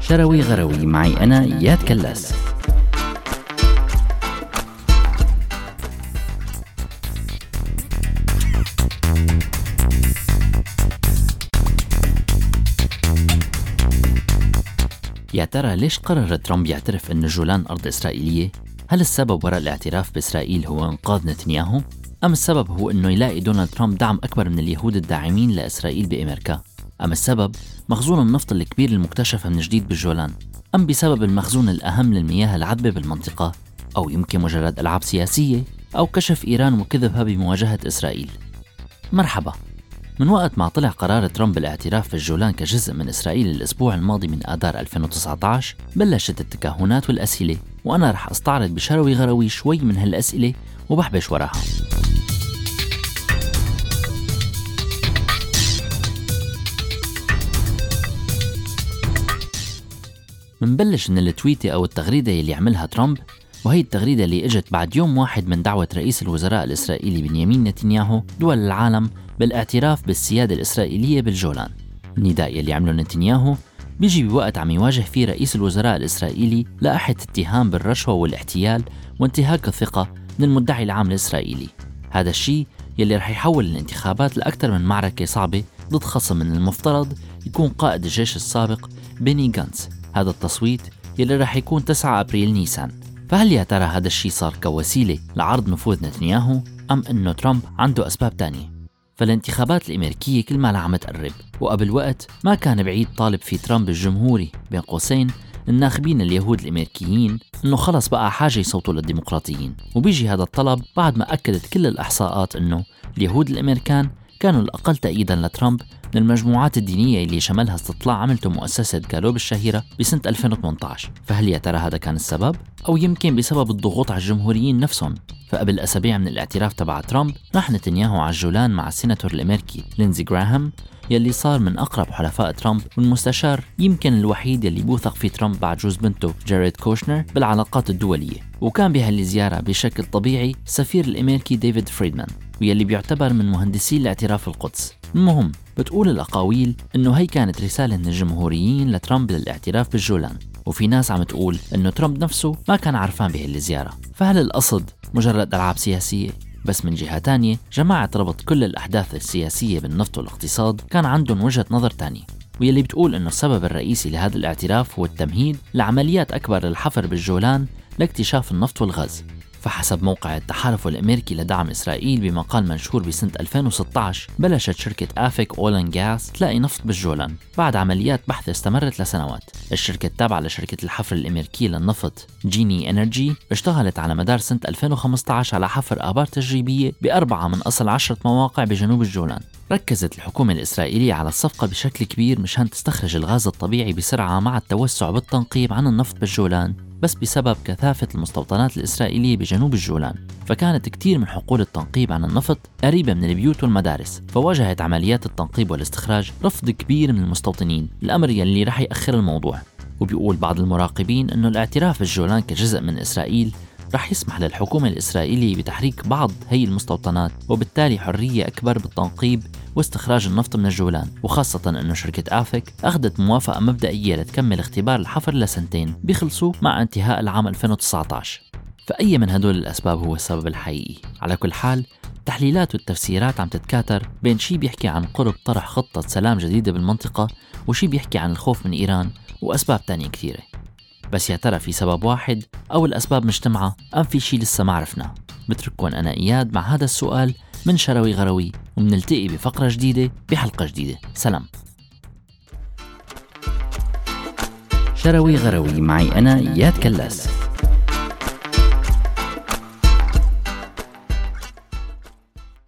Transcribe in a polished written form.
شروي غروي معي أنا إياد كلاس. يا ترى ليش قرر ترامب يعترف أن جولان أرض إسرائيلية؟ هل السبب وراء الاعتراف بإسرائيل هو إنقاذ نتنياهو؟ أم السبب هو أنه يلاقي دونالد ترامب دعم أكبر من اليهود الداعمين لإسرائيل بأمريكا؟ أم السبب مخزون النفط الكبير المكتشف من جديد بالجولان؟ أم بسبب المخزون الأهم للمياه العذبة بالمنطقة؟ أو يمكن مجرد ألعاب سياسية؟ أو كشف إيران وكذبها بمواجهة إسرائيل؟ مرحبا. من وقت ما طلع قرار ترامب بالاعتراف بالجولان كجزء من إسرائيل الأسبوع الماضي من آذار 2019 بلشت التكهنات والأسئلة، وأنا رح أستعرض بشروي غروي شوي من هالأسئلة وبحبش وراها. منبلش من التويتة أو التغريدة اللي عملها ترامب، وهي التغريدة اللي اجت بعد يوم واحد من دعوة رئيس الوزراء الإسرائيلي بنيامين نتنياهو دول العالم بالاعتراف بالسيادة الإسرائيلية بالجولان. النداء يلي عمله نتنياهو بيجي بوقت عم يواجه فيه رئيس الوزراء الإسرائيلي لائحة اتهام بالرشوة والاحتيال وانتهاك الثقة من المدعي العام الإسرائيلي. هذا الشيء يلي رح يحول الانتخابات لأكثر من معركة صعبة ضد خصم من المفترض يكون قائد الجيش السابق بيني غانتز. هذا التصويت يلي رح يكون 9 أبريل نيسان. فهل يا ترى هذا الشيء صار كوسيلة لعرض نفوذ نتنياهو أم أنه ترامب عنده أسباب تانية؟ فالانتخابات الأمريكية كل ما عم تقرب، وقبل وقت ما كان بعيد طالب في ترامب الجمهوري بين قوسين الناخبين اليهود الأمريكيين أنه خلص بقى حاجة يصوتوا للديمقراطيين. وبيجي هذا الطلب بعد ما أكدت كل الإحصاءات أنه اليهود الأمريكان كانوا الأقل تأييداً لترامب من المجموعات الدينية اللي شملها استطلاع عملته مؤسسة جالوب الشهيرة بسنة 2018. فهل يا ترى هذا كان السبب؟ أو يمكن بسبب الضغوط على الجمهوريين نفسهم؟ فقبل أسابيع من الاعتراف تبع ترامب راح نتنياهو على الجولان مع السيناتور الأمريكي لينزي غراهام يلي صار من أقرب حلفاء ترامب والمستشار يمكن الوحيد يلي بوثق فيه ترامب بعد جوز بنته جاريد كوشنر بالعلاقات الدولية. وكان بهالزيارة بشكل طبيعي السفير الأمريكي ديفيد فريدمان، ويلي بيعتبر من مهندسي الاعتراف القدس. المهم بتقول الأقاويل إنه هي كانت رسالة من الجمهوريين لترامب للاعتراف بالجولان، وفي ناس عم تقول إنه ترامب نفسه ما كان عرفان بهالزيارة. فهل القصد مجرد ألعاب سياسية؟ بس من جهة تانية جماعة ربط كل الأحداث السياسية بالنفط والاقتصاد كان عندهم وجهة نظر تانية، ويلي بتقول إنه السبب الرئيسي لهذا الاعتراف هو التمهيد لعمليات أكبر للحفر بالجولان لاكتشاف النفط والغاز. فحسب موقع التحالف الأمريكي لدعم إسرائيل بمقال منشور بسنة 2016 بلشت شركة آفيك أول أند غاز تلاقي نفط بالجولان بعد عمليات بحث استمرت لسنوات. الشركة التابعة لشركة الحفر الأمريكية للنفط جيني إنرجي اشتغلت على مدار سنة 2015 على حفر آبار تجريبية ب4 من أصل 10 مواقع بجنوب الجولان. ركزت الحكومة الإسرائيلية على الصفقة بشكل كبير مشان تستخرج الغاز الطبيعي بسرعة مع التوسع بالتنقيب عن النفط بالجولان، بس بسبب كثافة المستوطنات الإسرائيلية بجنوب الجولان فكانت كتير من حقول التنقيب عن النفط قريبة من البيوت والمدارس، فواجهت عمليات التنقيب والاستخراج رفض كبير من المستوطنين، الأمر يلي رح يأخر الموضوع. وبيقول بعض المراقبين أنه الاعتراف بالجولان كجزء من إسرائيل رح يسمح للحكومة الإسرائيلية بتحريك بعض هي المستوطنات، وبالتالي حرية أكبر بالتنقيب واستخراج النفط من الجولان، وخاصة أنه شركة آفيك أخذت موافقة مبدئية لتكمل اختبار الحفر لسنتين بيخلصوا مع انتهاء العام 2019. فأي من هدول الأسباب هو السبب الحقيقي؟ على كل حال التحليلات والتفسيرات عم تتكاثر بين شي بيحكي عن قرب طرح خطة سلام جديدة بالمنطقة، وشي بيحكي عن الخوف من إيران وأسباب تانية كثيرة. بس يا ترى في سبب واحد أو الأسباب مجتمعة أم في شي لسه ما عرفنا؟ بترككم أنا إياد مع هذا السؤال من شروي غروي، ومنلتقي بفقرة جديدة بحلقة جديدة. سلام. شروي غروي معي أنا إياد كلاس.